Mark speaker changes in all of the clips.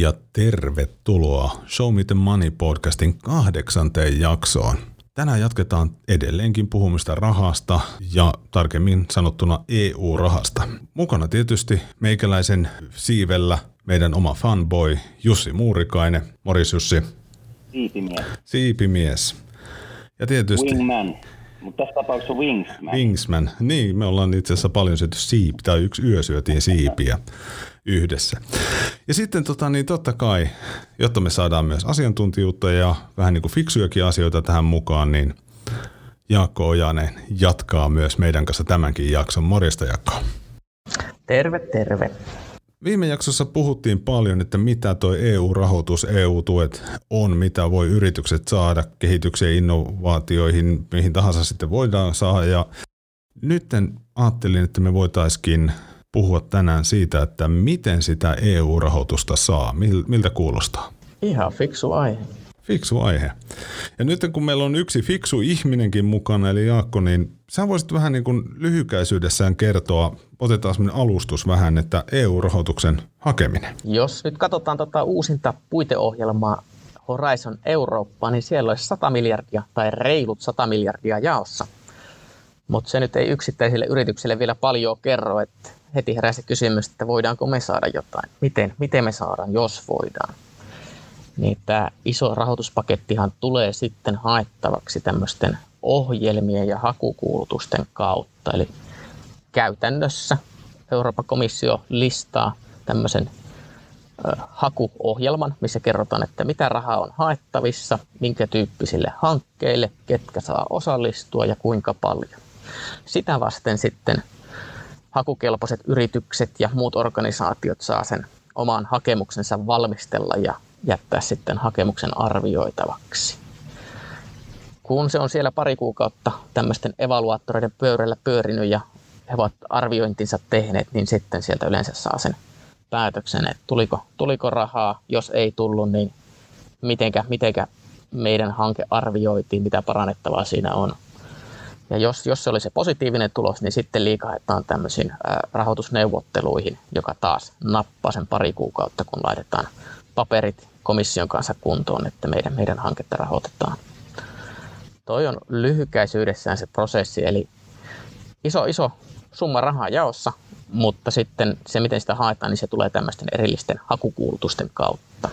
Speaker 1: ja tervetuloa Show Me the Money podcastin 8. jaksoon. Tänään jatketaan edelleenkin puhumista rahasta ja tarkemmin sanottuna EU-rahasta. Mukana tietysti meikäläisen siivellä meidän oma fanboy Jussi Muurikainen. Morjes Jussi.
Speaker 2: Siipimies.
Speaker 1: Siipimies. Ja tietysti
Speaker 2: Wingman. Mutta tässä tapauksessa Wingsman.
Speaker 1: Wingsman. Niin, me ollaan itse asiassa paljon syöty siipi, tai yksi yö syötiin siipiä yhdessä. Ja sitten totta kai, jotta me saadaan myös asiantuntijuutta ja vähän niin kuin fiksujakin asioita tähän mukaan, niin Jaakko Ojanen jatkaa myös meidän kanssa tämänkin jakson. Morjesta Jaakko.
Speaker 3: Terve, terve.
Speaker 1: Viime jaksossa puhuttiin paljon, että mitä tuo EU-rahoitus, EU-tuet on, mitä voi yritykset saada kehitykseen, innovaatioihin, mihin tahansa sitten voidaan saada. Ja nyt ajattelin, että me voitaisiin puhua tänään siitä, että miten sitä EU-rahoitusta saa. Miltä kuulostaa?
Speaker 3: Ihan fiksu aihe.
Speaker 1: Fiksu aihe. Ja nyt kun meillä on yksi fiksu ihminenkin mukana, eli Jaakko, niin sä voisit vähän niin kuin lyhykäisyydessään kertoa, otetaan semmoinen alustus vähän, että EU-rahoituksen hakeminen.
Speaker 3: Jos nyt katsotaan uusinta puiteohjelmaa Horizon Eurooppaa, niin siellä olisi 100 miljardia tai reilut 100 miljardia jaossa. Mutta se nyt ei yksittäisille yrityksille vielä paljon kerro, että heti herää se kysymys, että voidaanko me saada jotain. Miten me saadaan, jos voidaan. Niin tämä iso rahoituspakettihan tulee sitten haettavaksi tämmöisten ohjelmien ja hakukuulutusten kautta. Eli käytännössä Euroopan komissio listaa tämmöisen hakuohjelman, missä kerrotaan, että mitä rahaa on haettavissa, minkä tyyppisille hankkeille, ketkä saa osallistua ja kuinka paljon. Sitä vasten sitten hakukelpoiset yritykset ja muut organisaatiot saa sen oman hakemuksensa valmistella ja jättää sitten hakemuksen arvioitavaksi. Kun se on siellä pari kuukautta tämmöisten evaluaattoreiden pöydällä pyörinyt ja he ovat arviointinsa tehneet, niin sitten sieltä yleensä saa sen päätöksen, että tuliko rahaa, jos ei tullut, niin mitenkä meidän hanke arvioitiin, mitä parannettavaa siinä on. Ja jos se oli se positiivinen tulos, niin sitten liikahetaan tämmöisiin rahoitusneuvotteluihin, joka taas nappaa sen pari kuukautta, kun laitetaan paperit komission kanssa kuntoon, että meidän hanketta rahoitetaan. Toi on lyhykäisyydessään se prosessi, eli iso summa rahaa jaossa, mutta sitten se, miten sitä haetaan, niin se tulee tämmöisten erillisten hakukuulutusten kautta.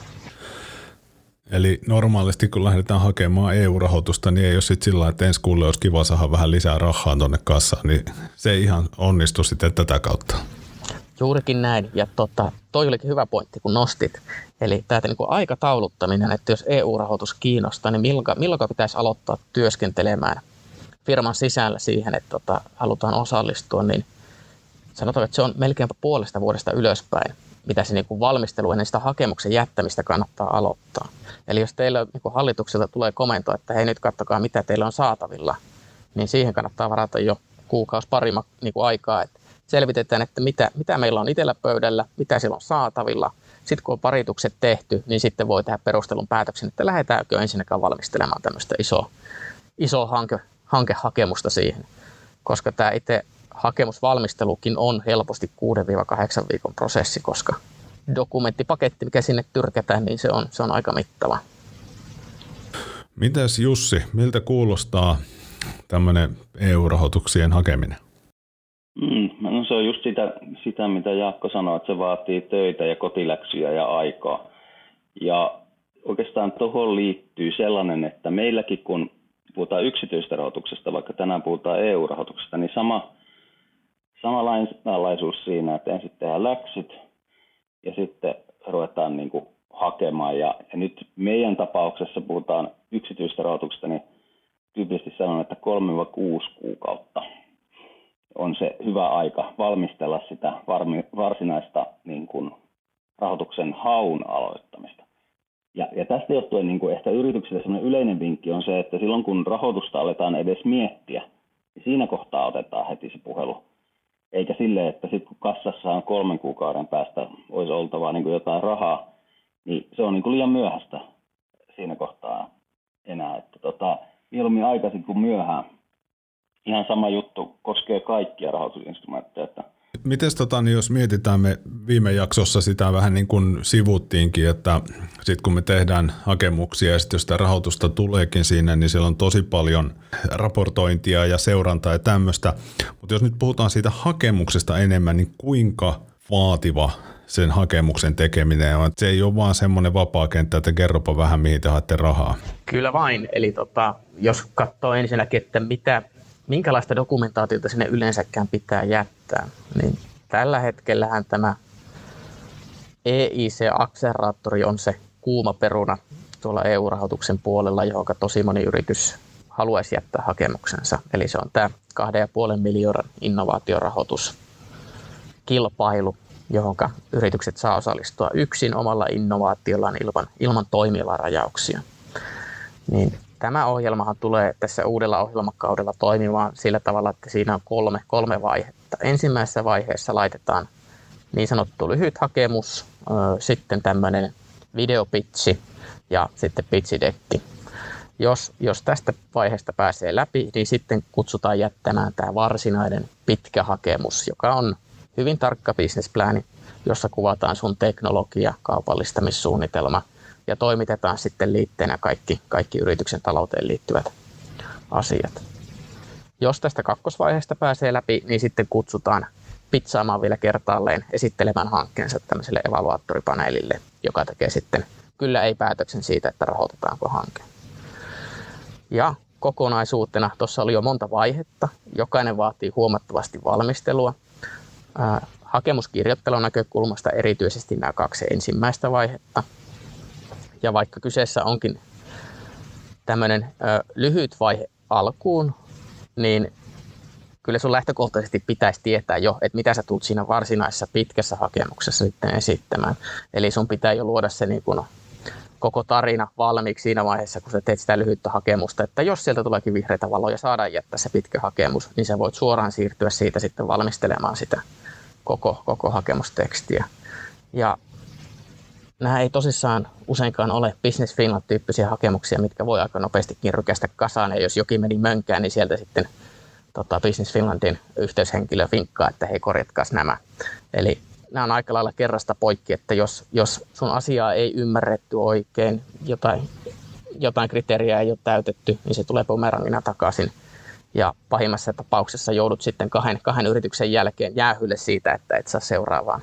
Speaker 3: Eli
Speaker 1: normaalisti, kun lähdetään hakemaan EU-rahoitusta, niin ei ole sitten sillä, että ensi kuulle olisi kiva saada vähän lisää rahaa tuonne kassaan, niin se ei ihan onnistu sitten tätä kautta.
Speaker 3: Juurikin näin, ja toi olikin hyvä pointti, kun nostit. Eli tämä niin kuin aikatauluttaminen, että jos EU-rahoitus kiinnostaa, niin milloin pitäisi aloittaa työskentelemään firman sisällä siihen, että halutaan osallistua, niin sanotaan, että se on melkeinpä puolesta vuodesta ylöspäin, mitä se niin kuin valmistelu ennen sitä hakemuksen jättämistä kannattaa aloittaa. Eli jos teillä niin kuin hallitukselta tulee komento, että hei nyt katsokaa mitä teillä on saatavilla, niin siihen kannattaa varata jo kuukausi pari niin kuin aikaa, että selvitetään, että mitä meillä on itsellä pöydällä, mitä siellä on saatavilla. Sitten kun on paritukset tehty, niin sitten voi tehdä perustelun päätöksen, että lähdetäänkö ensinnäkään valmistelemaan tämmöistä isoa hankehakemusta siihen. Koska tämä itse hakemusvalmistelukin on helposti 6-8 viikon prosessi, koska dokumenttipaketti, mikä sinne tyrkätään, niin se on aika mittava.
Speaker 1: Mitäs Jussi, miltä kuulostaa tämmöinen EU-rahoituksien hakeminen?
Speaker 2: No se on just sitä, mitä Jaakko sanoi, että se vaatii töitä ja kotiläksyjä ja aikaa. Ja oikeastaan tuohon liittyy sellainen, että meilläkin kun puhutaan yksityistä rahoituksesta, vaikka tänään puhutaan EU-rahoituksesta, niin sama lainalaisuus siinä, että ensin tehdään läksyt ja sitten ruvetaan niin kuin hakemaan. Ja nyt meidän tapauksessa puhutaan yksityistä rahoituksesta, niin tyypillisesti sanon, että 3-6 kuukautta on se hyvä aika valmistella sitä varsinaista niin kuin rahoituksen haun aloittamista. Ja tästä johtuen niin kuin ehkä yrityksille sellainen yleinen vinkki on se, että silloin kun rahoitusta aletaan edes miettiä, niin siinä kohtaa otetaan heti se puhelu. Eikä silleen, että sitten kun kassassa on 3 kuukauden päästä olisi oltava niin kuin jotain rahaa, niin se on niin kuin liian myöhäistä siinä kohtaa enää. Että mieluummin aikaisin kuin myöhään. Ihan sama juttu koskee kaikkia rahoitusinstrumentteja, että
Speaker 1: Mites niin jos mietitään, me viime jaksossa sitä vähän niin kuin sivuttiinkin, että sitten kun me tehdään hakemuksia ja sitten jos sitä rahoitusta tuleekin sinne, niin siellä on tosi paljon raportointia ja seurantaa ja tämmöistä. Mutta jos nyt puhutaan siitä hakemuksesta enemmän, niin kuinka vaativa sen hakemuksen tekeminen on? Se ei ole vaan semmoinen vapaa kenttä, että kerropa vähän mihin te haette rahaa.
Speaker 3: Kyllä vain. Eli jos katsoo ensinnäkin, että minkälaista dokumentaatiota sinne yleensäkään pitää jättää, niin tällä hetkellähän tämä EIC-akseleraattori on se kuuma peruna tuolla EU-rahoituksen puolella, johon tosi moni yritys haluaisi jättää hakemuksensa. Eli se on tämä 2,5 miljoonan innovaatiorahoituskilpailu, johon yritykset saa osallistua yksin omalla innovaatiollaan ilman toimialarajauksia. Niin tämä ohjelmahan tulee tässä uudella ohjelmakaudella toimimaan sillä tavalla, että siinä on kolme vaihetta. Ensimmäisessä vaiheessa laitetaan niin sanottu lyhyt hakemus, sitten tämmöinen videopitchi ja sitten pitchidekki. Jos tästä vaiheesta pääsee läpi, niin sitten kutsutaan jättämään tämä varsinainen pitkä hakemus, joka on hyvin tarkka business-plani, jossa kuvataan sun teknologia, kaupallistamissuunnitelma ja toimitetaan sitten liitteenä kaikki yrityksen talouteen liittyvät asiat. Jos tästä kakkosvaiheesta pääsee läpi, niin sitten kutsutaan pitsaamaan vielä kertaalleen esittelemään hankkeensa tämmöiselle evaluaattoripaneelille, joka tekee sitten kyllä ei päätöksen siitä, että rahoitetaanko hanke. Ja kokonaisuutena tuossa oli jo monta vaihetta. Jokainen vaatii huomattavasti valmistelua. Hakemuskirjoittelun näkökulmasta erityisesti nämä 2 ensimmäistä vaihetta. Ja vaikka kyseessä onkin tämmöinen lyhyt vaihe alkuun, niin kyllä sun lähtökohtaisesti pitäisi tietää jo, että mitä sä tulet siinä varsinaisessa pitkässä hakemuksessa sitten esittämään. Eli sun pitää jo luoda se niin kuin koko tarina valmiiksi siinä vaiheessa, kun sä teet sitä lyhyttä hakemusta, että jos sieltä tuleekin vihreitä valoja ja saadaan jättää se pitkä hakemus, niin sä voit suoraan siirtyä siitä sitten valmistelemaan sitä koko hakemustekstiä. Ja nämä ei tosissaan useinkaan ole Business Finland-tyyppisiä hakemuksia, mitkä voi aika nopeastikin rykästä kasaan, ja jos jokin meni mönkään, niin sieltä sitten Business Finlandin yhteyshenkilö vinkkaa, että hei, korjatkaas nämä. Eli nämä on aika lailla kerrasta poikki, että jos sun asiaa ei ymmärretty oikein, jotain kriteeriä ei ole täytetty, niin se tulee bumerangina takaisin. Ja pahimmassa tapauksessa joudut sitten kahden yrityksen jälkeen jäähylle siitä, että et saa seuraavaan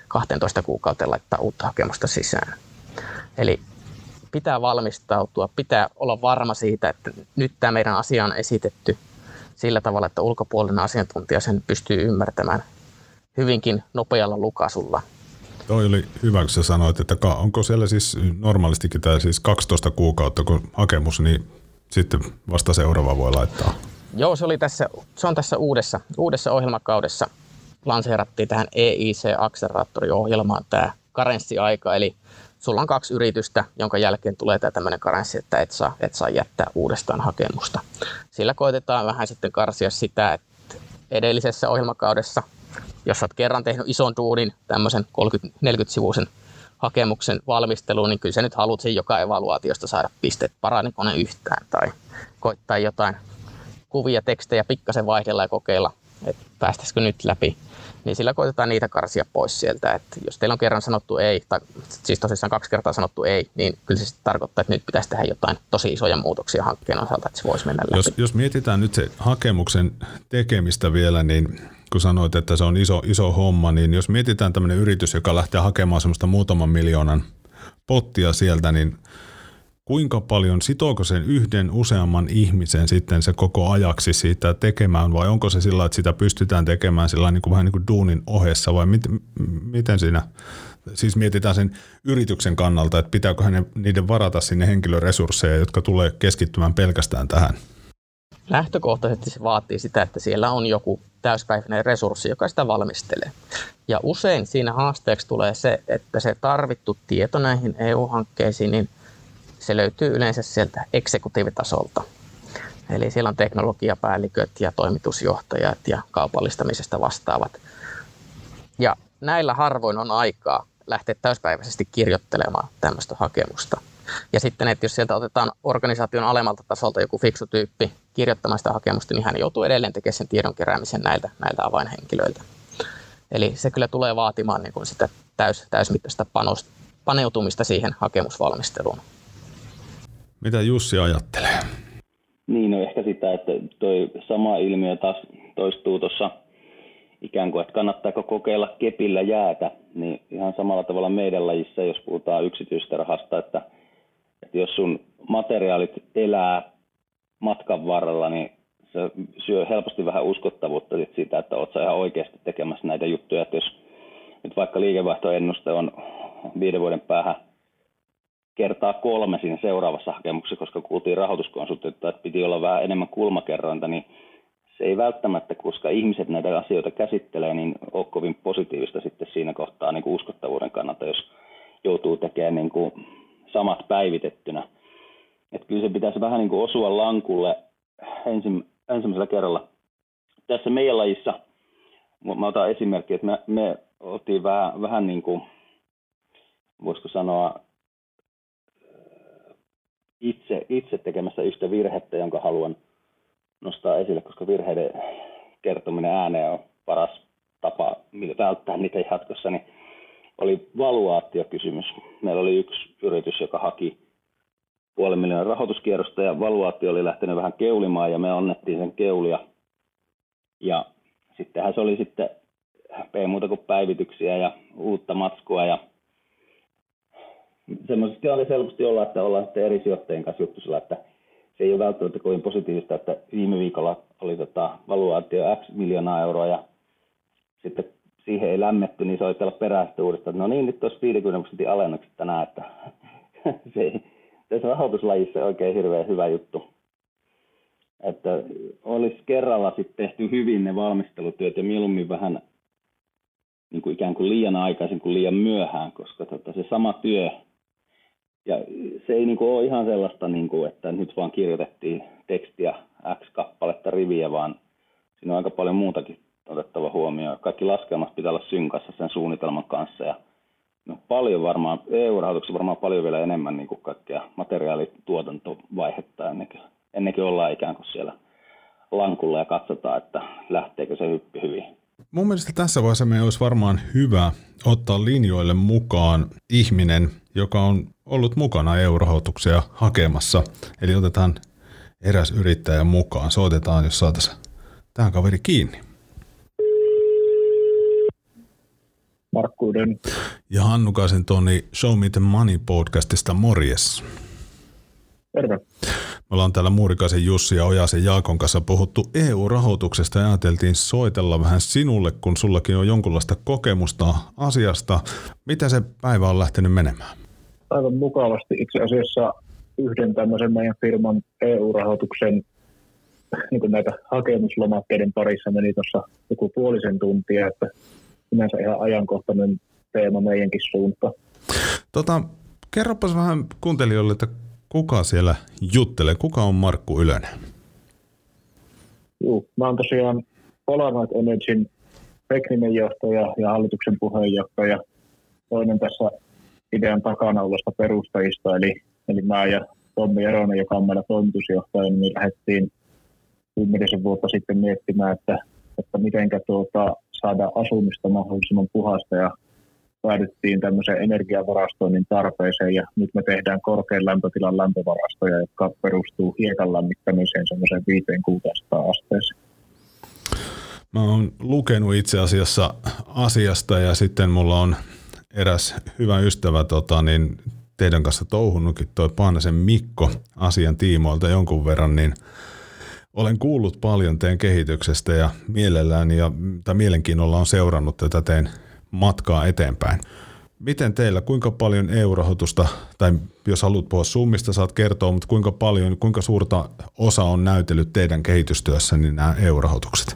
Speaker 3: 12 kuukauteen laittaa uutta hakemusta sisään. Eli pitää valmistautua, pitää olla varma siitä, että nyt tämä meidän asia on esitetty sillä tavalla, että ulkopuolinen asiantuntija sen pystyy ymmärtämään hyvinkin nopealla lukasulla.
Speaker 1: Toi oli hyvä, kun sä sanoit, että onko siellä siis normaalistikin tämä siis 12 kuukautta, kun hakemus, niin sitten vasta seuraava voi laittaa?
Speaker 3: Joo, se on tässä uudessa ohjelmakaudessa lanseerattiin tähän EIC-akseleraattoriohjelmaan tämä karenssiaika, eli sulla on 2 yritystä, jonka jälkeen tulee tämä tämmöinen karenssi, että et saa jättää uudestaan hakemusta. Sillä koitetaan vähän sitten karsia sitä, että edellisessä ohjelmakaudessa, jos olet kerran tehnyt ison duunin, tämmöisen 30-40-sivuisen hakemuksen valmisteluun, niin kyllä sä nyt haluat sen joka evaluaatiosta saada pisteet, paraniko ne yhtään, tai koittaa jotain kuvia, tekstejä pikkasen vaihdella ja kokeilla, että päästäisikö nyt läpi. Niin sillä koitetaan niitä karsia pois sieltä, että jos teillä on kerran sanottu ei, tai siis tosissaan 2 kertaa sanottu ei, niin kyllä se sitten tarkoittaa, että nyt pitäisi tehdä jotain tosi isoja muutoksia hankkeen osalta, että se voisi mennä läpi.
Speaker 1: Jos mietitään nyt se hakemuksen tekemistä vielä, niin kun sanoit, että se on iso homma, niin jos mietitään tämmöinen yritys, joka lähtee hakemaan semmoista muutaman miljoonan pottia sieltä, niin kuinka paljon, sitooko sen yhden useamman ihmisen sitten se koko ajaksi siitä tekemään, vai onko se sillä, että sitä pystytään tekemään sillä niin kuin vähän niin kuin duunin ohessa, vai miten siinä, siis mietitään sen yrityksen kannalta, että pitääkö niiden varata sinne henkilöresursseja, jotka tulee keskittymään pelkästään tähän?
Speaker 3: Lähtökohtaisesti se vaatii sitä, että siellä on joku täyspäiväinen resurssi, joka sitä valmistelee. Ja usein siinä haasteeksi tulee se, että se tarvittu tieto näihin EU-hankkeisiin, niin se löytyy yleensä sieltä eksekutiivitasolta. Eli siellä on teknologiapäälliköt ja toimitusjohtajat ja kaupallistamisesta vastaavat. Ja näillä harvoin on aikaa lähteä täyspäiväisesti kirjoittelemaan tämmöistä hakemusta. Ja sitten, että jos sieltä otetaan organisaation alemmalta tasolta joku fiksu tyyppi kirjoittamaan sitä hakemusta, niin hän joutuu edelleen tekemään sen tiedon keräämisen näiltä avainhenkilöiltä. Eli se kyllä tulee vaatimaan niin kuin sitä täysmittaista paneutumista siihen hakemusvalmisteluun.
Speaker 1: Mitä Jussi ajattelee?
Speaker 2: Niin, no ehkä sitä, että toi sama ilmiö taas toistuu tuossa ikään kuin, että kannattaako kokeilla kepillä jäätä, niin ihan samalla tavalla meidän lajissa, jos puhutaan yksityistä rahasta, että jos sun materiaalit elää matkan varrella, niin se syö helposti vähän uskottavuutta siitä, että oot sä ihan oikeasti tekemässä näitä juttuja, että jos nyt vaikka liikevaihtoennuste on 5 vuoden päähän kertaa 3 siinä seuraavassa hakemuksessa, koska kuultiin rahoituskonsultilta, että piti olla vähän enemmän kulmakerrointa, niin se ei välttämättä, koska ihmiset näitä asioita käsittelee, niin ole kovin positiivista sitten siinä kohtaa niin kuin uskottavuuden kannalta, jos joutuu tekemään niin kuin samat päivitettynä. Että kyllä se pitäisi vähän niin kuin osua lankulle ensimmäisellä kerralla. Tässä meidän lajissa, mä otan esimerkki, että me oltiin vähän niin kuin, voisiko sanoa, itse tekemässä yhtä virhettä, jonka haluan nostaa esille, koska virheiden kertominen ääneen on paras tapa välttää niitä jatkossa, niin oli valuaatiokysymys. Meillä oli yksi yritys, joka haki 500 000 rahoituskierrosta ja valuaatio oli lähtenyt vähän keulimaan ja me annettiin sen keulia. Ja sittenhän se oli sitten muuta kuin päivityksiä ja uutta matskua ja semmoisesti oli selvästi olla, että ollaan sitten eri sijoittajien kanssa juttusilla, että se ei ole välttämättä kovin positiivista, että viime viikolla oli valuaatio X miljoonaa euroa ja sitten siihen ei lämmetty, niin soitella perään sitten uudestaan, että no niin, nyt olisi 50% alennukset tänään, että se tässä rahoituslajissa on oikein hirveän hyvä juttu. Että olisi kerralla sitten tehty hyvin ne valmistelutyöt ja mieluummin vähän niin kuin ikään kuin liian aikaisin kuin liian myöhään, koska se sama työ, ja se ei niin kuin ole ihan sellaista, niin kuin, että nyt vaan kirjoitettiin tekstiä X kappaletta riviä, vaan siinä on aika paljon muutakin otettava huomioon. Kaikki laskelmat pitää olla synkassa sen suunnitelman kanssa, ja no, paljon varmaan, EU-rahoituksessa varmaan paljon vielä enemmän niin kuin kaikkea materiaalituotantovaihetta ennen kuin ollaan ikään kuin siellä lankulla ja katsotaan, että lähteekö se hyppi hyvin.
Speaker 1: Mun mielestä tässä vaiheessa meidän olisi varmaan hyvä ottaa linjoille mukaan ihminen, joka on ollut mukana EU-rahoituksia hakemassa. Eli otetaan eräs yrittäjä mukaan. Soitetaan, jos saataisiin tähän kaveri kiinni.
Speaker 4: Markkuuden.
Speaker 1: Ja Hannukaisen Toni Show Me the Money podcastista, morjes.
Speaker 4: Terve.
Speaker 1: Me ollaan täällä Muurikaisen Jussi ja Ojasen Jaakon kanssa puhuttu EU-rahoituksesta ja ajateltiin soitella vähän sinulle, kun sullakin on jonkunlaista kokemusta asiasta. Mitä se päivä on lähtenyt menemään?
Speaker 4: Aivan mukavasti. Itse asiassa yhden tämmöisen meidän firman EU-rahoituksen niin näitä hakemuslomakkeiden parissa meni tuossa joku puolisen tuntia, että sinänsä ihan ajankohtainen teema meidänkin suuntaan.
Speaker 1: Kerropas vähän kuuntelijoille, että kuka siellä juttelee? Kuka on Markku Ylönen?
Speaker 4: Mä oon tosiaan Polarnight Energyn tekninen johtaja ja hallituksen puheenjohtaja. Toinen tässä idean takana olevasta perustajista, eli mä ja Tommi Eronen, joka on meillä toimitusjohtaja, niin lähdettiin 10 vuotta sitten miettimään, että mitenkä saada asumista mahdollisimman puhasta ja päädyttiin tämmöiseen energiavarastoinnin tarpeeseen ja nyt me tehdään korkean lämpötilan lämpövarastoja, jotka perustuu hiekan lämmittämiseen semmoiseen 500-600 asteeseen.
Speaker 1: Mä oon lukenut itse asiassa asiasta ja sitten mulla on eräs hyvä ystävä teidän kanssa touhunnutkin toi Paanasen Mikko asian tiimoilta jonkun verran, niin olen kuullut paljon teidän kehityksestä ja mielenkiinnolla on seurannut tätä teidän matkaa eteenpäin. Miten teillä, kuinka paljon EU-rahoitusta, tai jos haluat puhua summista, saat kertoa, mutta kuinka suurta osa on näytellyt teidän kehitystyössäni nämä EU-rahoitukset?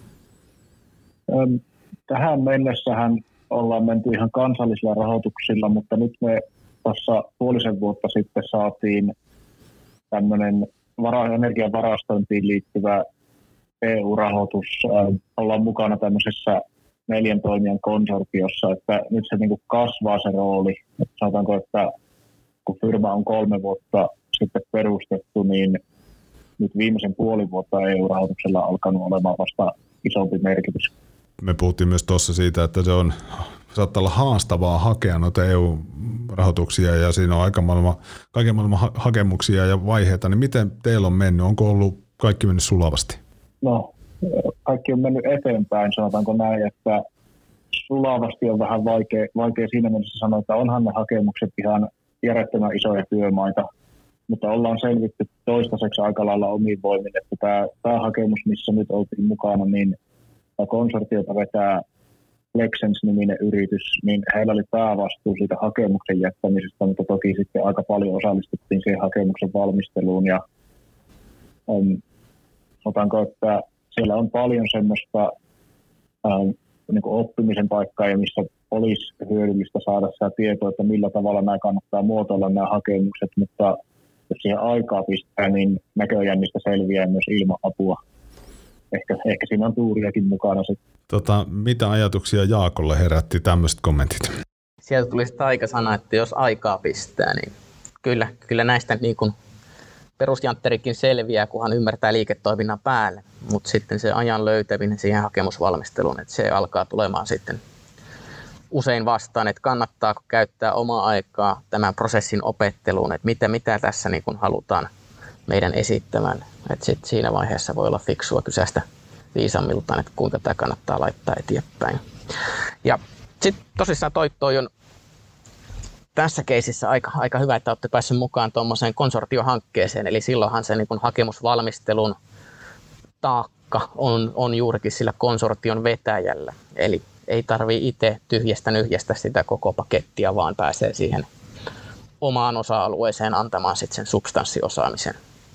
Speaker 4: Tähän mennessähän ollaan menty ihan kansallisilla rahoituksilla, mutta nyt me tuossa puolisen vuotta sitten saatiin tämmöinen energian varastointiin liittyvä EU-rahoitus. Ollaan mukana tämmöisessä 4 toimijan konsortiossa, että nyt se niin kuin kasvaa se rooli. Että sanotaanko, että kun firma on 3 vuotta sitten perustettu, niin nyt viimeisen puoli vuotta EU-rahoituksella on alkanut olemaan vasta isompi merkitys.
Speaker 1: me puhuttiin myös tuossa siitä, että saattaa olla haastavaa hakea noita EU-rahoituksia ja siinä on kaiken maailman hakemuksia ja vaiheita, niin miten teillä on mennyt? Onko ollut kaikki mennyt sulavasti?
Speaker 4: No, kaikki on mennyt eteenpäin, sanotaanko näin, että sulavasti on vähän vaikea siinä mielessä sanoa, että onhan ne hakemukset ihan järjettömän isoja työmaita, mutta ollaan selvitty toistaiseksi aika lailla omiin voimin, että tämä hakemus, missä nyt oltiin mukana, niin konsortiota vetää Flexens-niminen yritys, niin heillä oli päävastuu siitä hakemuksen jättämisestä, mutta toki sitten aika paljon osallistuttiin siihen hakemuksen valmisteluun ja otanko, että siellä on paljon semmoista niin kuin oppimisen paikkaa ja missä olisi hyödyllistä saada sitä tietoa, että millä tavalla nämä kannattaa muotoilla nämä hakemukset, mutta jos siihen aikaa pistää, niin näköjään niistä selviää myös ilman apua. Ehkä siinä on tuuriakin mukana sitten.
Speaker 1: Mitä ajatuksia Jaakolle herätti tämmöiset kommentit?
Speaker 3: Sieltä tuli sitä aikasana, että jos aikaa pistää, niin kyllä näistä niin kuin perusjantterikin selviää, kunhan ymmärtää liiketoiminnan päälle, mutta sitten se ajan löytäminen siihen hakemusvalmisteluun, että se alkaa tulemaan sitten usein vastaan, että kannattaako käyttää omaa aikaa tämän prosessin opetteluun, että mitä tässä niin kuin halutaan meidän esittämään. Että sitten siinä vaiheessa voi olla fiksua kysäistä viisammiltaan, että kuinka tämä kannattaa laittaa eteenpäin. Ja sitten tosissaan toi on tässä keisissä aika hyvä, että olette päässeet mukaan tuommoiseen konsortiohankkeeseen, eli silloinhan se niin kun hakemusvalmistelun taakka on juurikin sillä konsortion vetäjällä. Eli ei tarvitse itse tyhjästä nyhjästä sitä koko pakettia, vaan pääsee siihen omaan osa-alueeseen antamaan sitten sen substanssiosaamisen.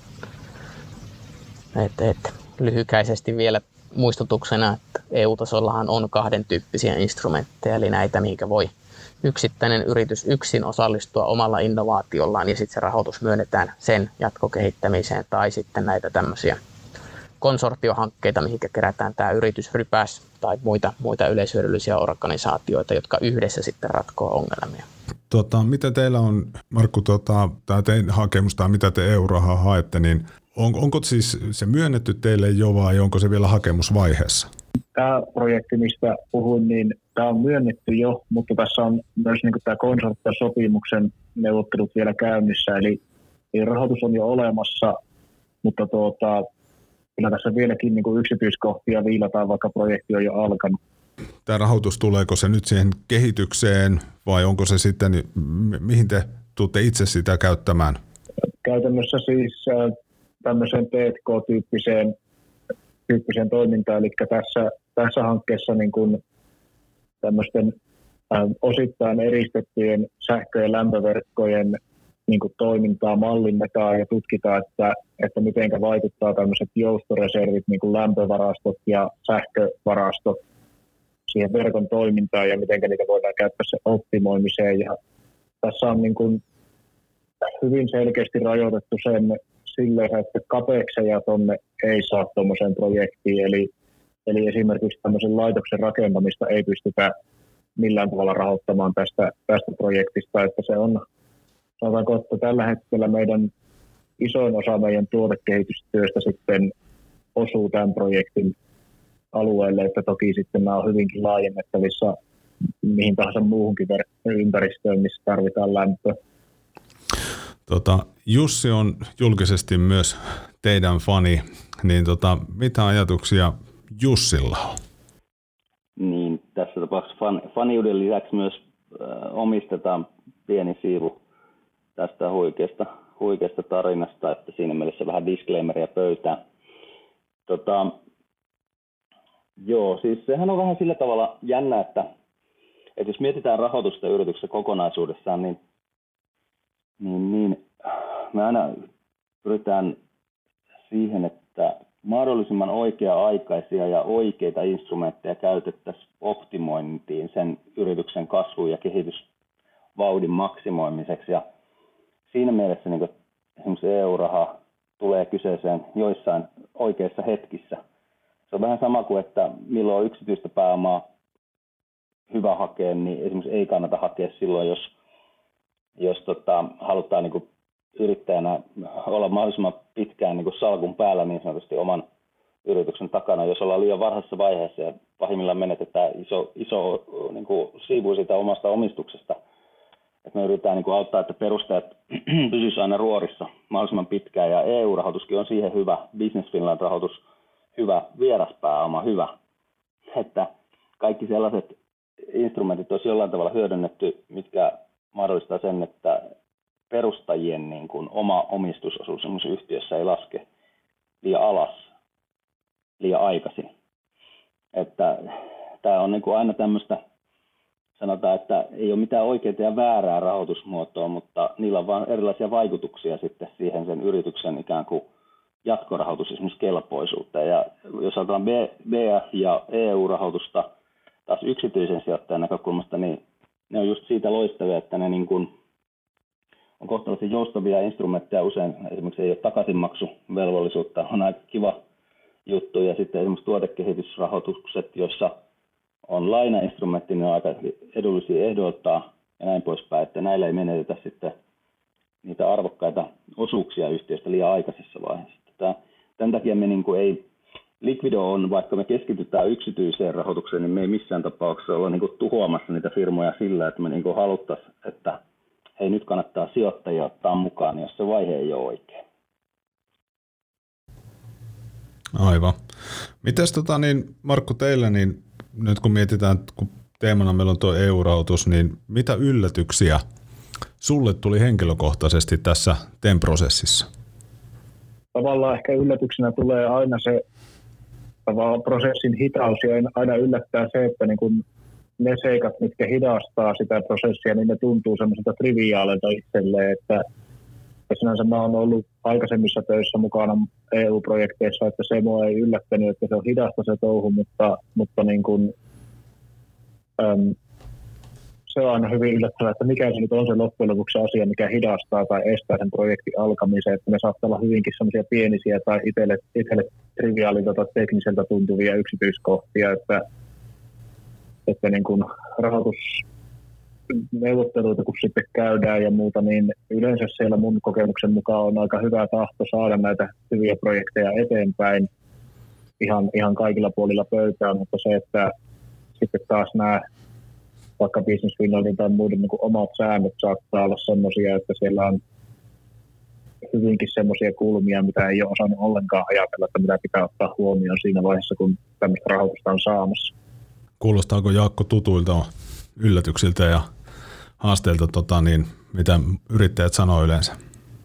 Speaker 3: Lyhykäisesti vielä muistutuksena, että EU-tasollahan on 2 tyyppisiä instrumentteja, eli näitä, mihinkä voi yksittäinen yritys yksin osallistua omalla innovaatiollaan ja sitten se rahoitus myönnetään sen jatkokehittämiseen tai sitten näitä tämmöisiä konsortiohankkeita, mihinkä kerätään tämä yritysrypäs tai muita yleishyödyllisiä organisaatioita, jotka yhdessä sitten ratkoo ongelmia.
Speaker 1: Mitä teillä on, Markku, tämä teidän hakemus tai mitä te EU-rahaa haette, niin onko siis se myönnetty teille jo vai onko se vielä hakemusvaiheessa?
Speaker 4: Tämä projekti, mistä puhuin, niin tämä on myönnetty jo, mutta tässä on myös niin kuin tämä konsortiosopimuksen neuvottelut vielä käynnissä, eli rahoitus on jo olemassa, mutta kyllä tässä vieläkin niin kuin yksityiskohtia viilataan, vaikka projekti on jo alkanut.
Speaker 1: Tämä rahoitus, tuleeko se nyt siihen kehitykseen vai onko se sitten, mihin te tuutte itse sitä käyttämään?
Speaker 4: Käytännössä siis tämmöiseen T&K-tyyppiseen toimintaan, eli tässä hankkeessa niin kuin tämmöisten osittain eristettyjen sähkö- ja lämpöverkkojen niin kuin toimintaa mallinnetaan ja tutkitaan, että miten vaikuttaa tämmöiset joustoreservit, niin kuin lämpövarastot ja sähkövarastot siihen verkon toimintaan ja miten niitä voidaan käyttää se optimoimiseen. Ja tässä on niin kuin hyvin selkeästi rajoitettu sen silleen, että kapekseja tuonne ei saa tuommoiseen projektiin. Eli esimerkiksi tämmöisen laitoksen rakentamista ei pystytä millään tavalla rahoittamaan tästä projektista. Että se on, sanotaanko, että tällä hetkellä meidän isoin osa meidän tuotekehitystyöstä sitten osuu tämän projektin alueelle, että toki sitten nämä on hyvinkin laajennettavissa mihin tahansa muuhunkin ympäristöön, missä tarvitaan lämpöä.
Speaker 1: Jussi on julkisesti myös teidän fani, niin mitä ajatuksia Jussilla on?
Speaker 2: Niin, tässä tapauksessa faniuden lisäksi myös omistetaan pieni siivu tästä huikeasta tarinasta, että siinä mielessä vähän disclaimeria pöytään. Joo, siis sehän on vähän sillä tavalla jännä, että jos mietitään rahoitusta yrityksessä kokonaisuudessaan, niin me aina pyritään siihen, että mahdollisimman oikea-aikaisia ja oikeita instrumentteja käytettäisiin optimointiin sen yrityksen kasvun ja kehitysvauhdin maksimoimiseksi. Ja siinä mielessä niin esimerkiksi EU-raha tulee kyseeseen joissain oikeissa hetkissä. Se on vähän sama kuin, että milloin on yksityistä pääomaa hyvä hakea, niin esimerkiksi ei kannata hakea silloin, jos halutaan niin kuin yrittäjänä olla mahdollisimman pitkään niin kuin salkun päällä niin sanotusti oman yrityksen takana. Jos ollaan liian varhaisessa vaiheessa ja pahimmillaan menetetään iso niin kuin siivu siitä omasta omistuksesta. Et me yritetään niin kuin auttaa, että perustajat pysyisivät aina ruorissa mahdollisimman pitkään, ja EU-rahoituskin on siihen hyvä, Business Finland-rahoitus hyvä, vieraspääoma hyvä, että kaikki sellaiset instrumentit olisi jollain tavalla hyödynnetty, mitkä mahdollistaa sen, että perustajien niin kuin oma omistusosuus yhtiössä ei laske liian alas, liian aikaisin. Että tämä on niin kuin aina tämmöistä, sanotaan, että ei ole mitään oikeaa ja väärää rahoitusmuotoa, mutta niillä on vain erilaisia vaikutuksia sitten siihen sen yrityksen ikään kuin jatkorahoitus, esimerkiksi kelpoisuutta. Ja jos ajatellaan BF- ja EU-rahoitusta taas yksityisen sijoittajan näkökulmasta, niin ne on just siitä loistavia, että ne niin kuin on kohtalaisen joustavia instrumentteja. Usein esimerkiksi ei ole takaisinmaksuvelvollisuutta, on aika kiva juttu. Ja sitten esimerkiksi tuotekehitysrahoitukset, joissa on lainainstrumentti, ne on aika edullisia ehdottaa ja näin poispäin, että näillä ei menetetä sitten niitä arvokkaita osuuksia yhtiöstä liian aikaisessa vaiheessa. Tämän takia me niin kuin ei, Liquido on, vaikka me keskitytään yksityiseen rahoitukseen, niin me ei missään tapauksessa olla niin kuin tuhoamassa niitä firmoja sillä, että me niin kuin haluttaisiin, että hei, nyt kannattaa sijoittajia ottaa mukaan, jos se vaihe ei ole oikein.
Speaker 1: Aivan. Mites Markku teillä, niin nyt kun mietitään, kun teemana meillä on tuo EU-rahoitus, niin mitä yllätyksiä sulle tuli henkilökohtaisesti tässä TEM-prosessissa?
Speaker 4: Tavallaan ehkä yllätyksenä tulee aina se prosessin hitaus ja aina yllättää se, että niin kun ne seikat, mitkä hidastaa sitä prosessia, niin ne tuntuu semmoiselta triviaalilta itselleen, että sinänsä mä oon ollut aikaisemmissa töissä mukana EU-projekteissa, että se mua ei yllättänyt, että se on hidasta se touhu, mutta niin kun, se on aina hyvin yllättävää, että mikä se nyt on se loppujen lopuksi asia, mikä hidastaa tai estää sen projektin alkamisen, että ne saattaa olla hyvinkin semmoisia pienisiä tai itselle triviaalilta tai tekniseltä tuntuvia yksityiskohtia, että niin kun rahoitusneuvotteluita kun sitten käydään ja muuta, niin yleensä siellä mun kokemuksen mukaan on aika hyvä tahto saada näitä hyviä projekteja eteenpäin ihan kaikilla puolilla pöytää, mutta se, että sitten taas nämä vaikka Business Finlandin tai muiden niin kuin omat säännöt saattaa olla semmoisia, että siellä on hyvinkin semmoisia kulmia, mitä ei ole osannut ollenkaan ajatella, että mitä pitää ottaa huomioon siinä vaiheessa, kun tämmöistä rahoitusta on saamassa.
Speaker 1: Kuulostaako Jaakko tutuilta yllätyksiltä ja haasteilta, mitä yrittäjät sanoo yleensä?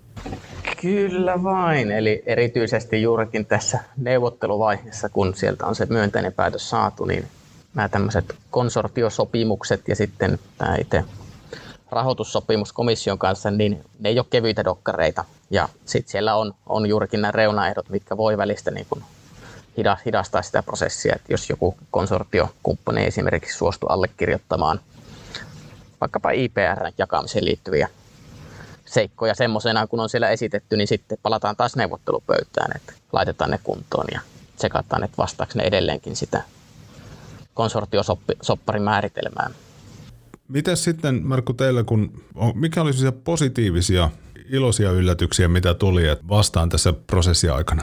Speaker 3: Kyllä vain, eli erityisesti juurikin tässä neuvotteluvaiheessa, kun sieltä on se myönteinen päätös saatu, niin nämä tämmöiset konsortiosopimukset ja sitten tämä itse rahoitussopimus komission kanssa, niin ne ei ole kevyitä dokkareita. Ja sitten siellä on juurikin nämä reunaehdot, mitkä voi välistä niin kuin hidastaa sitä prosessia. Että jos joku konsortiokumppani esimerkiksi suostuu allekirjoittamaan vaikkapa IPR:n jakamiseen liittyviä seikkoja semmoisena, kun on siellä esitetty, niin sitten palataan taas neuvottelupöytään, että laitetaan ne kuntoon ja tsekataan, että vastaako ne edelleenkin sitä konsortiosopparin määritelmään.
Speaker 1: Mitäs sitten, Markku, teillä, mikä oli sellaisia positiivisia, iloisia yllätyksiä, mitä tuli vastaan tässä prosessin aikana?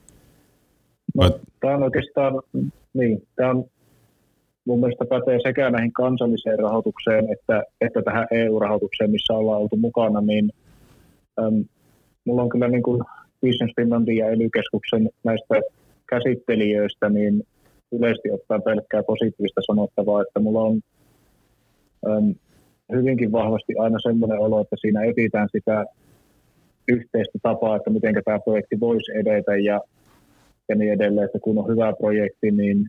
Speaker 4: No, tämä on oikeastaan, tämä on mun mielestä pätee sekä näihin kansalliseen rahoitukseen että tähän EU-rahoitukseen, missä ollaan oltu mukana, niin mulla on kyllä niin kuin Business Finlandin ja ELY-keskuksen näistä käsittelijöistä, niin yleisesti ottaa pelkkää positiivista sanottavaa, että mulla on hyvinkin vahvasti aina semmoinen olo, että siinä etsitään sitä yhteistä tapaa, että miten tämä projekti voisi edetä ja niin edelleen, että kun on hyvä projekti, niin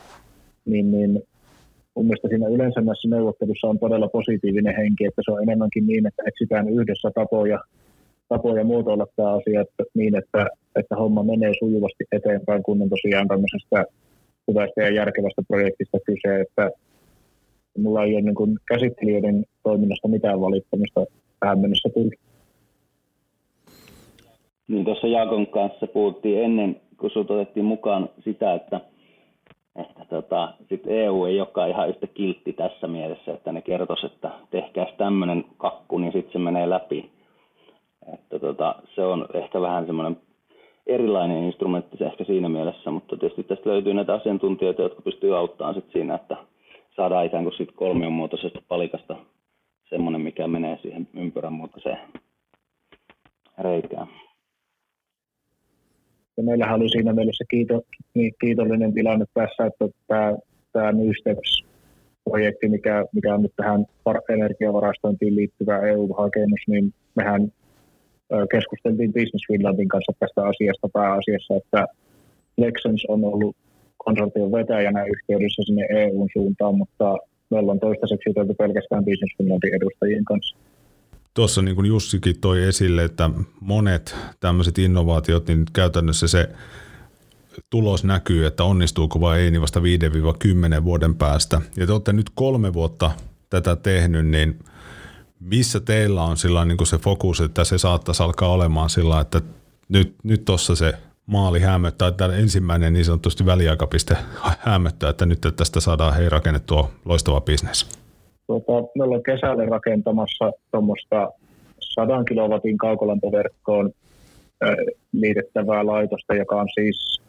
Speaker 4: mun mielestä siinä yleensä näissä neuvottelussa on todella positiivinen henki, että se on enemmänkin niin, että etsitään yhdessä tapoja muotoilla tämä asia että niin, että homma menee sujuvasti eteenpäin, kun on tosiaan tämmöisestä hyvästä ja järkevästä projektista kyse, että mulla ei ole niin kuin käsittelijöiden toiminnasta mitään valittamista tähän mennessä tuli.
Speaker 2: Niin tuossa Jaakon kanssa puhuttiin ennen, kun sinut otettiin mukaan sitä, että sit EU ei olekaan ihan yhtä kiltti tässä mielessä, että ne kertoisi, että tehkääs tämmöinen kakku, niin sitten se menee läpi. Että se on ehkä vähän semmoinen erilainen instrumentti ehkä siinä mielessä, mutta tietysti tästä löytyy näitä asiantuntijoita, jotka pystyy auttamaan sit siinä, että saadaan ikään kuin sit kolmionmuotoisesta palikasta semmoinen, mikä menee siihen ympyrän muotoiseen reikään.
Speaker 4: Ja meillähän oli siinä mielessä kiitollinen tilanne tässä, että tämä New Steps-projekti, mikä on nyt tähän energiavarastointiin liittyvä EU-hakemus, niin mehän keskusteltiin Business Finlandin kanssa tästä asiasta pääasiassa, että Lexens on ollut konsortion vetäjänä yhteydessä sinne EUn suuntaan, mutta me ollaan toistaiseksi juteltu pelkästään Business Finlandin edustajien kanssa.
Speaker 1: Tuossa niin kuin Jussikin toi esille, että monet tämmöiset innovaatiot, niin käytännössä se tulos näkyy, että onnistuuko vai ei, niin vasta 5-10 vuoden päästä. Ja te olette nyt 3 vuotta tätä tehnyt, niin missä teillä on sillä niin kuin se fokus, että se saattaisi alkaa olemaan sillä, että nyt tuossa se maali hämöttää, tämä ensimmäinen niin sanotusti väliaikapiste hämöttää, että nyt tästä saadaan rakennettua loistava bisnes?
Speaker 4: Me ollaan kesällä rakentamassa tuommoista 100 kilowatin kaukolämpöverkkoon liitettävää laitosta, joka on siis,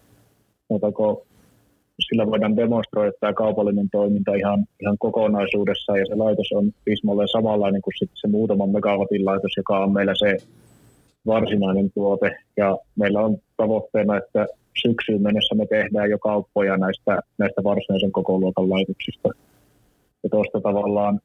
Speaker 4: sillä voidaan demonstroida tämä kaupallinen toiminta ihan kokonaisuudessaan, ja se laitos on tismalleen samanlainen kuin sitten se muutaman megawatin laitos, joka on meillä se varsinainen tuote, ja meillä on tavoitteena, että syksyyn mennessä me tehdään jo kauppoja näistä varsinaisen kokoluokan laitoksista. Ja tuosta tavallaan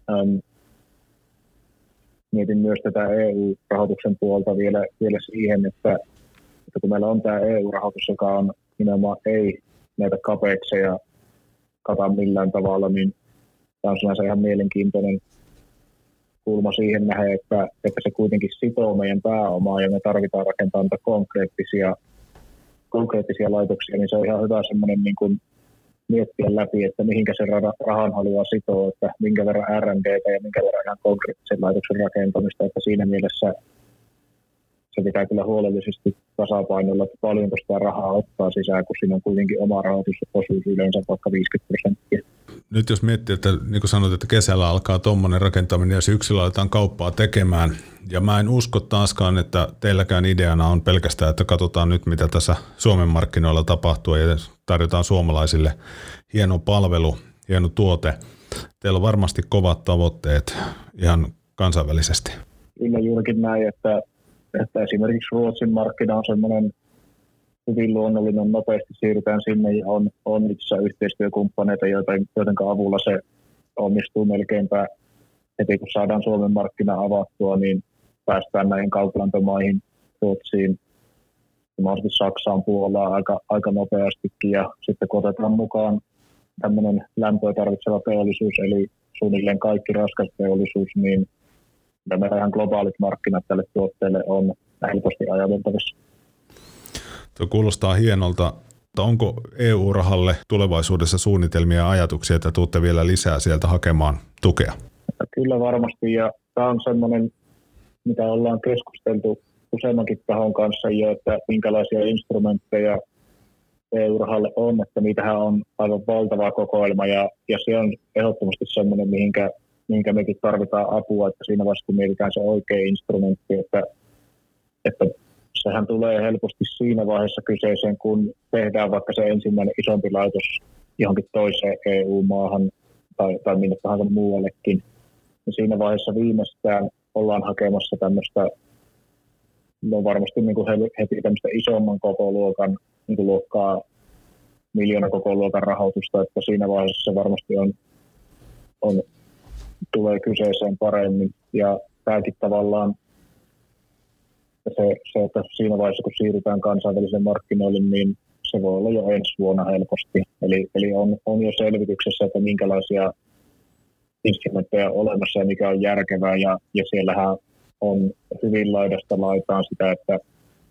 Speaker 4: mietin myös tätä EU-rahoituksen puolta vielä siihen, että kun meillä on tämä EU-rahoitus, joka on nimenomaan ei näitä capexeja kata millään tavalla, niin tämä on sinänsä ihan mielenkiintoinen kulma siihen nähdä, että se kuitenkin sitoo meidän pääomaa ja me tarvitaan rakentaa niitä konkreettisia laitoksia, niin se on ihan hyvä semmoinen niin kuin miettiä läpi, että mihinkä se rahan haluaa sitoa, että minkä verran R&D:tä ja minkä verran ihan konkreettisen laitoksen rakentamista, että siinä mielessä se pitää kyllä huolellisesti tasapainoilla, että paljonko sitä rahaa ottaa sisään, kun siinä on kuitenkin oma rahoitusosuus yleensä vaikka 50%.
Speaker 1: Nyt jos miettii, että niin kuin sanoit, että kesällä alkaa tuommoinen rakentaminen ja syksyllä aletaan kauppaa tekemään, ja mä en usko taaskaan, että teilläkään ideana on pelkästään, että katsotaan nyt, mitä tässä Suomen markkinoilla tapahtuu ja tarjotaan suomalaisille hieno palvelu, hieno tuote. Teillä on varmasti kovat tavoitteet ihan kansainvälisesti.
Speaker 4: Kyllä juurikin näin, että esimerkiksi Ruotsin markkina on semmoinen hyvin luonnollinen, nopeasti siirrytään sinne ja on itse yhteistyökumppaneita, joiden avulla se onnistuu melkeinpä heti, kun saadaan Suomen markkina avattua, niin päästään näihin kaukolämpömaihin, Ruotsiin, mahdollisesti Saksaan, Puolaan aika nopeastikin, ja sitten kun otetaan mukaan tämmöinen lämpöä tarvitseva teollisuus, eli suunnilleen kaikki raskas teollisuus, niin meillä ihan globaalit markkinat tälle tuotteelle on helposti ajateltavissa.
Speaker 1: Tuo kuulostaa hienolta. Onko EU-rahalle tulevaisuudessa suunnitelmia ja ajatuksia, että tuutte vielä lisää sieltä hakemaan tukea?
Speaker 4: Kyllä varmasti, ja tämä on semmoinen, mitä ollaan keskusteltu useammankin tahon kanssa jo, että minkälaisia instrumentteja EU-rahalle on, että niitähän on aivan valtava kokoelma, ja se on ehdottomasti semmoinen, mihinkä mekin tarvitaan apua, että siinä vaiheessa kun mietitään se oikea instrumentti, että sehän tulee helposti siinä vaiheessa kyseeseen, kun tehdään vaikka se ensimmäinen isompi laitos johonkin toiseen EU-maahan tai minne tahansa muuallekin. Ja siinä vaiheessa viimeistään ollaan hakemassa tämmöistä, no varmasti niin kuin heti tämmöistä isomman kokoluokan, niin kuin luokkaa miljoonakokoluokan rahoitusta, että siinä vaiheessa se varmasti tulee kyseeseen paremmin. Ja tämäkin tavallaan se, että siinä vaiheessa, kun siirrytään kansainvälisille markkinoille, niin se voi olla jo ensi vuonna helposti. Eli on jo selvityksessä, että minkälaisia instrumentteja on olemassa ja mikä on järkevää. Ja siellähän on hyvin laidasta laitaan sitä, että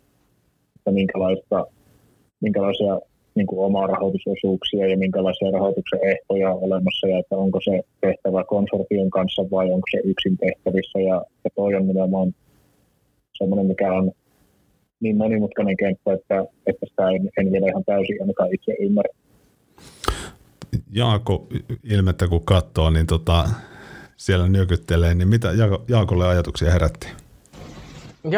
Speaker 4: minkälaisia niin kuin omaa rahoitusosuuksia ja minkälaisia rahoituksen ehtoja on olemassa ja että onko se tehtävä konsortion kanssa vai onko se yksin tehtävissä. Ja toi on nimenomaan semmoinen, mikä on niin monimutkainen kenttä, että sitä en vielä ihan täysin ainakaan itse ymmärrä.
Speaker 1: Jaakko ilmettä kun katsoo, niin siellä nyökyttelee, niin mitä Jaakolle ajatuksia herätti?
Speaker 3: Joo,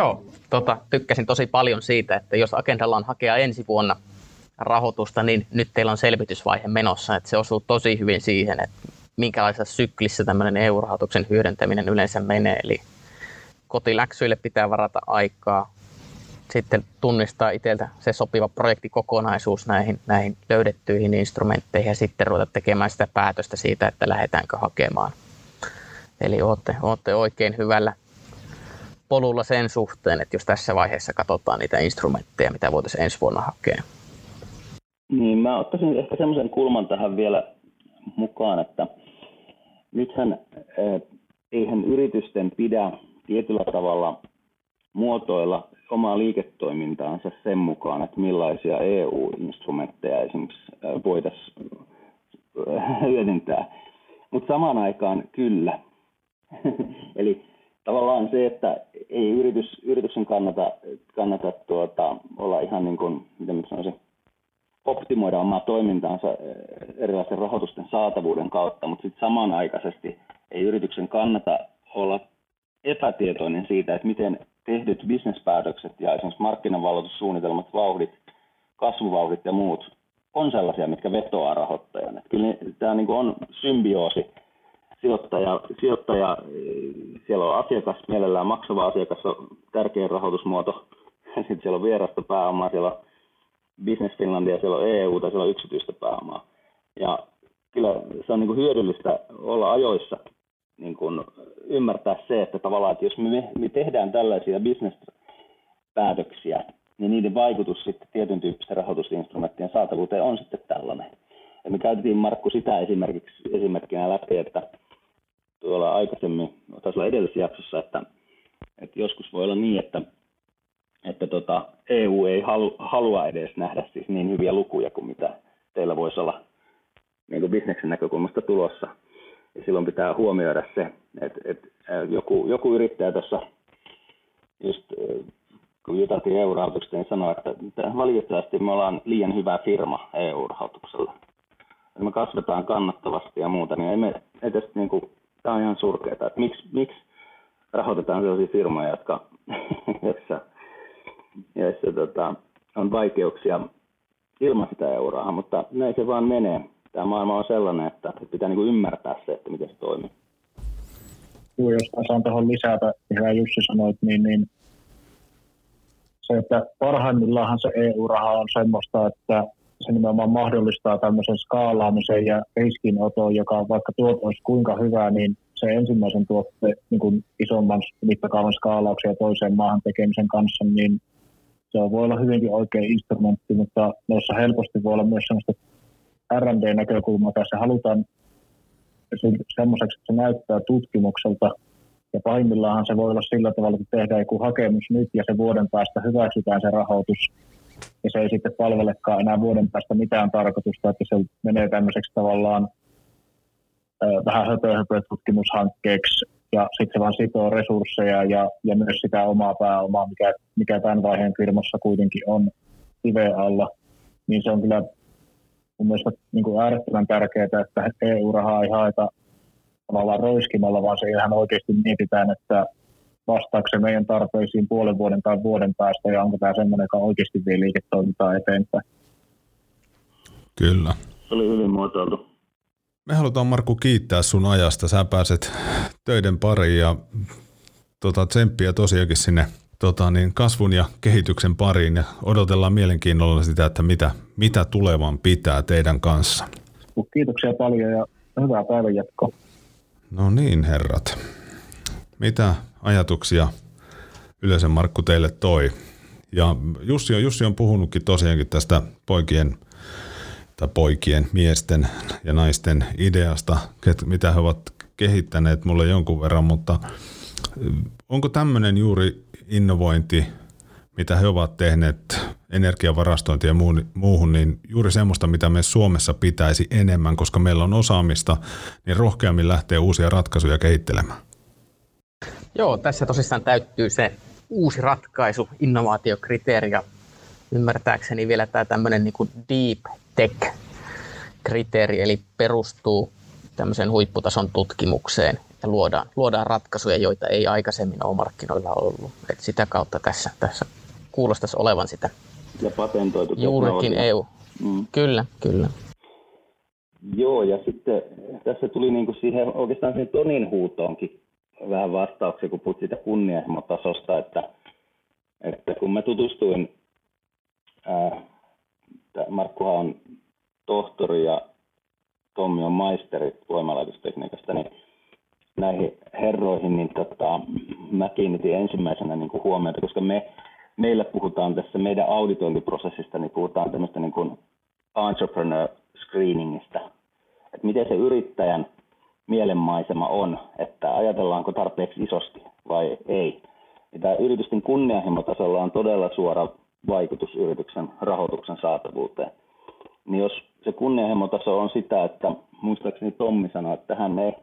Speaker 3: tykkäsin tosi paljon siitä, että jos agendalla on hakea ensi vuonna rahoitusta, niin nyt teillä on selvitysvaihe menossa, että se osuu tosi hyvin siihen, että minkälaisessa syklissä tämmöinen EU-rahoituksen hyödyntäminen yleensä menee. Eli kotiläksyille pitää varata aikaa, sitten tunnistaa itseltä se sopiva projektikokonaisuus näihin löydettyihin instrumentteihin ja sitten ruveta tekemään sitä päätöstä siitä, että lähdetäänkö hakemaan. Eli olette oikein hyvällä polulla sen suhteen, että jos tässä vaiheessa katsotaan niitä instrumentteja, mitä voitaisiin ensi vuonna hakea.
Speaker 2: Niin, mä ottaisin ehkä semmoisen kulman tähän vielä mukaan, että nythän eihän yritysten pidä tietyllä tavalla muotoilla omaa liiketoimintaansa sen mukaan, että millaisia EU-instrumentteja esimerkiksi voitaisiin hyödyntää. Mutta samaan aikaan kyllä. Eli tavallaan se, että ei yrityksen kannata olla ihan niin kuin, miten mä sanoisin, optimoida omaa toimintaansa erilaisten rahoitusten saatavuuden kautta, mutta sitten samanaikaisesti ei yrityksen kannata olla epätietoinen siitä, että miten tehdyt bisnespäätökset ja esimerkiksi markkinavalloitussuunnitelmat, vauhdit, kasvuvauhdit ja muut on sellaisia, mitkä vetoaa rahoittajan. Että kyllä tämä niin kuin on symbioosi. Sijoittaja, siellä on asiakas, mielellään maksava asiakas on tärkein rahoitusmuoto. Sitten siellä on vierasta pääomaa, siellä on Business Finlandia, siellä on EU tai siellä on yksityistä pääomaa. Ja kyllä se on niin kuin hyödyllistä olla ajoissa niin kuin ymmärtää se, että tavallaan, että jos me tehdään tällaisia business-päätöksiä, niin niiden vaikutus sitten tietyn tyyppisten rahoitusinstrumenttien saatavuuteen on sitten tällainen. Ja me käytettiin, Markku, sitä esimerkkinä läpi, että tuolla aikaisemmin, taisi olla edellisessä jaksossa, että joskus voi olla niin, että EU ei halua edes nähdä siis niin hyviä lukuja kuin mitä teillä voisi olla niin kuin bisneksen näkökulmasta tulossa. Ja silloin pitää huomioida se, että joku yrittäjä tuossa just kun juteltiin EU-rahoituksesta, niin sanoi, että valitettavasti me ollaan liian hyvä firma EU-rahoituksella. Me kasvetaan kannattavasti ja muuta, niin ei me edes niinku, tämä on ihan surkeaa, että miksi rahoitetaan sellaisia firmoja, joissa on vaikeuksia ilman sitä euroa, mutta näin se vaan menee. Tämä maailma on sellainen, että pitää niinku ymmärtää se, että miten se toimii.
Speaker 4: Joo, jos saan tuohon lisätä, hyvä Jussi sanoit, niin se, että parhaimmillaan se EU-raha on semmoista, että se nimenomaan mahdollistaa tämmöisen skaalaamisen ja riskinoton, joka vaikka tuotto olisi kuinka hyvä, niin se ensimmäisen tuotteen niin isomman mittakaavan skaalauksen ja toiseen maahan tekemisen kanssa, niin se voi olla hyvinkin oikea instrumentti, mutta noissa helposti voi olla myös semmoista R&D-näkökulmaa, tai se halutaan semmoiseksi, että se näyttää tutkimukselta, ja pahimmillaan se voi olla sillä tavalla, että tehdään joku hakemus nyt, ja se vuoden päästä hyväksytään se rahoitus, ja se ei sitten palvelekaan enää vuoden päästä mitään tarkoitusta, että se menee tämmöiseksi tavallaan vähän höpö-tutkimushankkeeksi, ja sitten se vaan sitoo resursseja ja myös sitä omaa pääomaa, mikä tämän vaiheen firmassa kuitenkin on kiven alla, niin se on kyllä mun mielestä niin kuin äärettömän tärkeää, että EU-rahaa ei haeta tavallaan roiskimalla, vaan se ihan oikeasti mietitään, että vastaako se meidän tarpeisiin puolen vuoden tai vuoden päästä, ja onko tämä semmoinen, joka oikeasti vie liiketoimintaa eteenpäin.
Speaker 1: Kyllä.
Speaker 2: Se oli hyvin muotoiltu.
Speaker 1: Me halutaan, Markku, kiittää sun ajasta. Sä pääset töiden pariin ja tsemppiä tosiaankin sinne kasvun ja kehityksen pariin, ja odotellaan mielenkiinnolla sitä, että mitä tulevan pitää teidän kanssa.
Speaker 4: Kiitoksia paljon ja hyvää päivänjatkoa.
Speaker 1: No niin, herrat. Mitä ajatuksia Ylösen Markku teille toi? Ja Jussi on puhunutkin tosiaankin tästä poikien, miesten ja naisten ideasta, mitä he ovat kehittäneet mulle jonkun verran, mutta onko tämmöinen juuri innovointi, mitä he ovat tehneet energiavarastointi ja muuhun, niin juuri semmoista, mitä me Suomessa pitäisi enemmän, koska meillä on osaamista, niin rohkeammin lähtee uusia ratkaisuja kehittelemään?
Speaker 3: Joo, tässä tosissaan täyttyy se uusi ratkaisu, innovaatiokriteeri, ja ymmärtääkseni vielä tämä tämmöinen niin kuin deep tech-kriteeri, eli perustuu tämmöiseen huipputason tutkimukseen. ja luodaan ratkaisuja, joita ei aikaisemmin ole markkinoilla ollut. Et sitä kautta tässä kuulostaisi olevan sitä.
Speaker 2: Ja patentoitu
Speaker 3: juurikin EU. Kyllä.
Speaker 2: Joo, ja sitten tässä tuli niinku siihen oikeastaan siihen Tonin huutoonkin vähän vastauksia, kun puhut siitä kunnianhimotasosta, että kun mä tutustuin, Markkuhan on tohtori ja Tommi on maisteri voimalaitostekniikasta, niin näihin herroihin niin mä kiinnitin ensimmäisenä niin kuin huomiota, koska meillä puhutaan tässä meidän auditointiprosessista, niin puhutaan tämmöistä niin kuin entrepreneur screeningistä, että miten se yrittäjän mielenmaisema on, että ajatellaanko tarpeeksi isosti vai ei. Ja tämä yritysten kunnianhimotasolla on todella suora vaikutus yrityksen rahoituksen saatavuuteen. Niin jos se kunnianhimotaso on sitä, että muistaakseni Tommi sanoi, että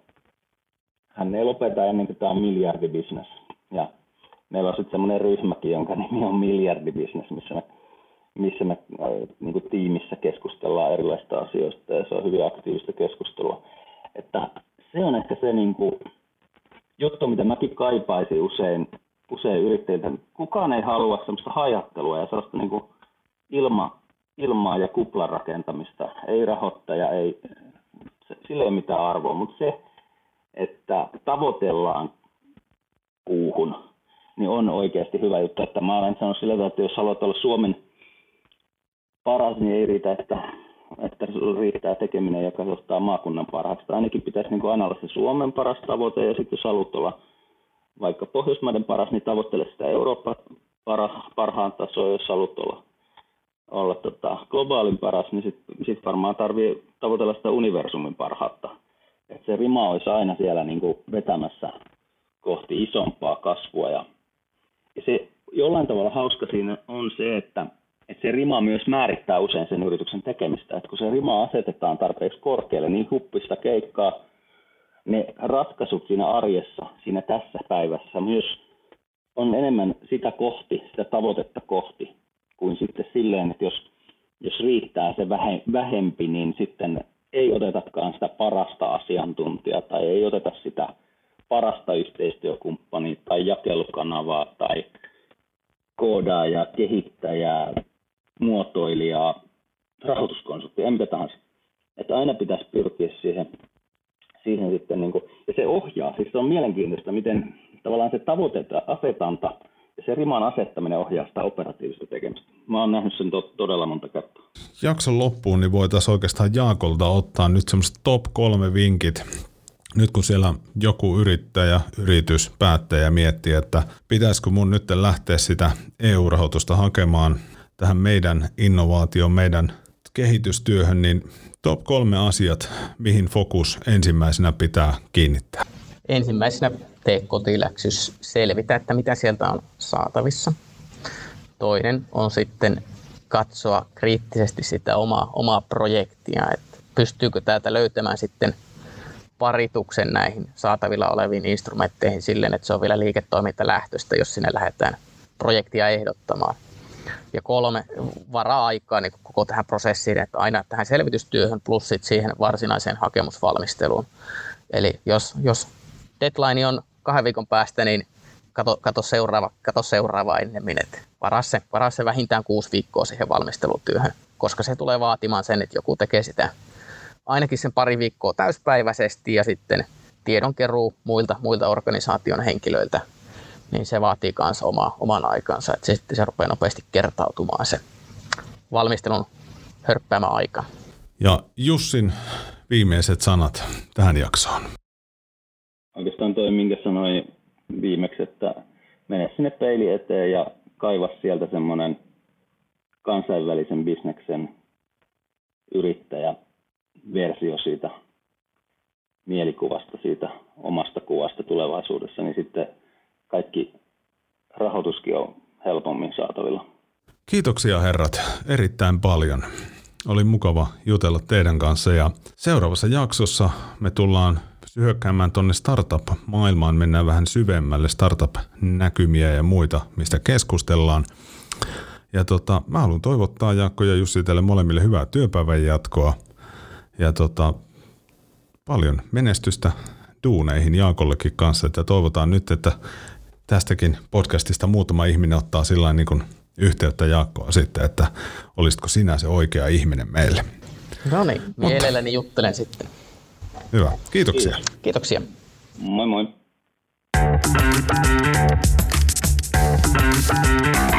Speaker 2: hän ei lopeta ennen kuin tämä on miljardibisnes. Ja meillä on sitten semmoinen ryhmäkin, jonka nimi on miljardibisnes, missä me niin kuin tiimissä keskustellaan erilaisista asioista ja se on hyvin aktiivista keskustelua. Että se on ehkä se niin kuin juttu, mitä mäkin kaipaisin usein yrittäjiltä. Kukaan ei halua semmoista hajattelua ja sellaista niin kuin ilmaa ja kuplan rakentamista. Ei rahoittaja, sillä ei ole mitään arvoa, mutta se, että tavoitellaan kuuhun, niin on oikeasti hyvä juttu. Että mä olen sanonut sillä tavalla, että jos haluat olla Suomen paras, niin ei riitä, että riittää tekeminen, joka johtaa maakunnan parhaaksi. Ainakin pitäisi niin kuin aina olla se Suomen paras tavoite, ja sitten jos haluat olla vaikka Pohjoismaiden paras, niin tavoittele sitä Euroopan parhaan tasoa. Jos haluat olla globaalin paras, niin sit varmaan tarvii tavoitella sitä universumin parhautta. Et se rima olisi aina siellä niin kuin vetämässä kohti isompaa kasvua. Ja se jollain tavalla hauska siinä on se, että se rima myös määrittää usein sen yrityksen tekemistä. Et kun se rima asetetaan tarpeeksi korkealle, niin huppista keikkaa, ne ratkaisut siinä arjessa, siinä tässä päivässä myös on enemmän sitä tavoitetta kohti, kuin sitten silleen, että jos riittää se vähempi, niin sitten ei otetakaan sitä parasta asiantuntijaa tai ei oteta sitä parasta yhteistyökumppania tai jakelukanavaa tai koodaajaa, kehittäjää, muotoilijaa, rahoituskonsulttia, mitä tahansa. Että aina pitäisi pyrkiä siihen sitten, niin kuin, ja se ohjaa, siis se on mielenkiintoista, miten tavallaan se tavoiteasetanta ja se riman asettaminen ohjaa sitä operatiivista tekemistä. Mä oon nähnyt sen todella monta kertaa.
Speaker 1: Jakson loppuun niin voitaisiin oikeastaan Jaakolta ottaa nyt semmoiset top 3 vinkit. Nyt kun siellä joku yritys, päättäjä miettii, että pitäisikö mun nyt lähteä sitä EU-rahoitusta hakemaan tähän meidän innovaatioon, meidän kehitystyöhön, niin top 3 asiat, mihin fokus ensimmäisenä pitää kiinnittää.
Speaker 3: Ensimmäisenä tee kotiläksys, selvitä, että mitä sieltä on saatavissa. Toinen on sitten katsoa kriittisesti sitä omaa projektia, että pystyykö täältä löytämään sitten parituksen näihin saatavilla oleviin instrumentteihin silleen, että se on vielä liiketoimintalähtöistä, jos sinne lähdetään projektia ehdottamaan. Ja 3, varaa aikaa niin koko tähän prosessiin, että aina tähän selvitystyöhön plus sit siihen varsinaiseen hakemusvalmisteluun. Eli jos deadline on 2 viikon päästä, niin kato seuraava ennemmin, että varaa se vähintään 6 viikkoa siihen valmistelutyöhön, koska se tulee vaatimaan sen, että joku tekee sitä ainakin sen 2 viikkoa täyspäiväisesti ja sitten tiedonkeruu muilta organisaation henkilöiltä, niin se vaatii myös oman aikansa, että se rupeaa nopeasti kertautumaan se valmistelun hörppäämä aika.
Speaker 1: Ja Jussin viimeiset sanat tähän jaksoon.
Speaker 2: Oikeastaan toi, minkä sanoin viimeksi, että mene sinne peili eteen ja kaiva sieltä semmoinen kansainvälisen bisneksen yrittäjäversio siitä mielikuvasta, siitä omasta kuvasta tulevaisuudessa, niin sitten kaikki rahoituskin on helpommin saatavilla.
Speaker 1: Kiitoksia herrat erittäin paljon. Oli mukava jutella teidän kanssa ja seuraavassa jaksossa me tullaan hyökkäämään tuonne startup-maailmaan, mennään vähän syvemmälle startup-näkymiä ja muita, mistä keskustellaan. Ja mä haluan toivottaa Jaakko ja Jussi teille molemmille hyvää työpäivän jatkoa ja paljon menestystä duuneihin Jaakollekin kanssa. Että toivotaan nyt, että tästäkin podcastista muutama ihminen ottaa sillain niin kuin yhteyttä Jaakkoa sitten, että olisitko sinä se oikea ihminen meille.
Speaker 3: No niin, mielelläni juttelen sitten.
Speaker 1: Hyvä, kiitoksia.
Speaker 3: Kiitoksia.
Speaker 2: Moi moi.